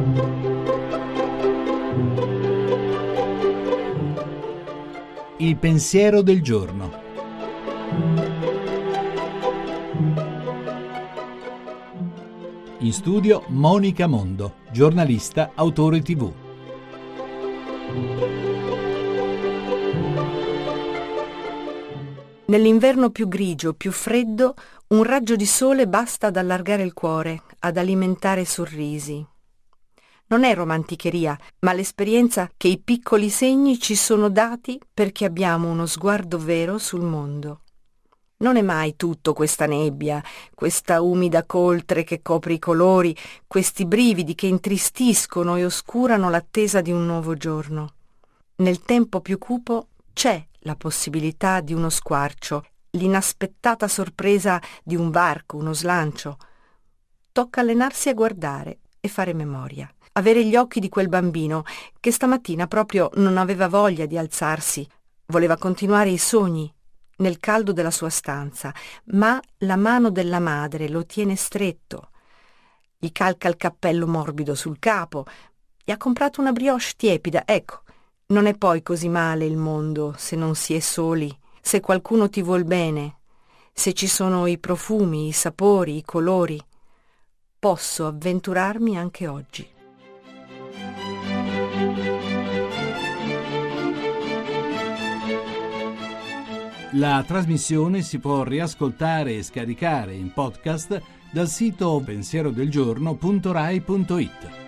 Il pensiero del giorno. In studio Monica Mondo, giornalista, autore TV. Nell'inverno più grigio, più freddo, un raggio di sole basta ad allargare il cuore, ad alimentare sorrisi. Non è romanticheria, ma l'esperienza che i piccoli segni ci sono dati perché abbiamo uno sguardo vero sul mondo. Non è mai tutto questa nebbia, questa umida coltre che copre i colori, questi brividi che intristiscono e oscurano l'attesa di un nuovo giorno. Nel tempo più cupo c'è la possibilità di uno squarcio, l'inaspettata sorpresa di un varco, uno slancio. Tocca allenarsi a guardare e fare memoria. Avere gli occhi di quel bambino che stamattina proprio non aveva voglia di alzarsi, voleva continuare i sogni nel caldo della sua stanza, ma la mano della madre lo tiene stretto, gli calca il cappello morbido sul capo, gli ha comprato una brioche tiepida. Ecco, non è poi così male il mondo se non si è soli, se qualcuno ti vuol bene, se ci sono i profumi, i sapori, i colori. Posso avventurarmi anche oggi. La trasmissione si può riascoltare e scaricare in podcast dal sito pensierodelgiorno.rai.it.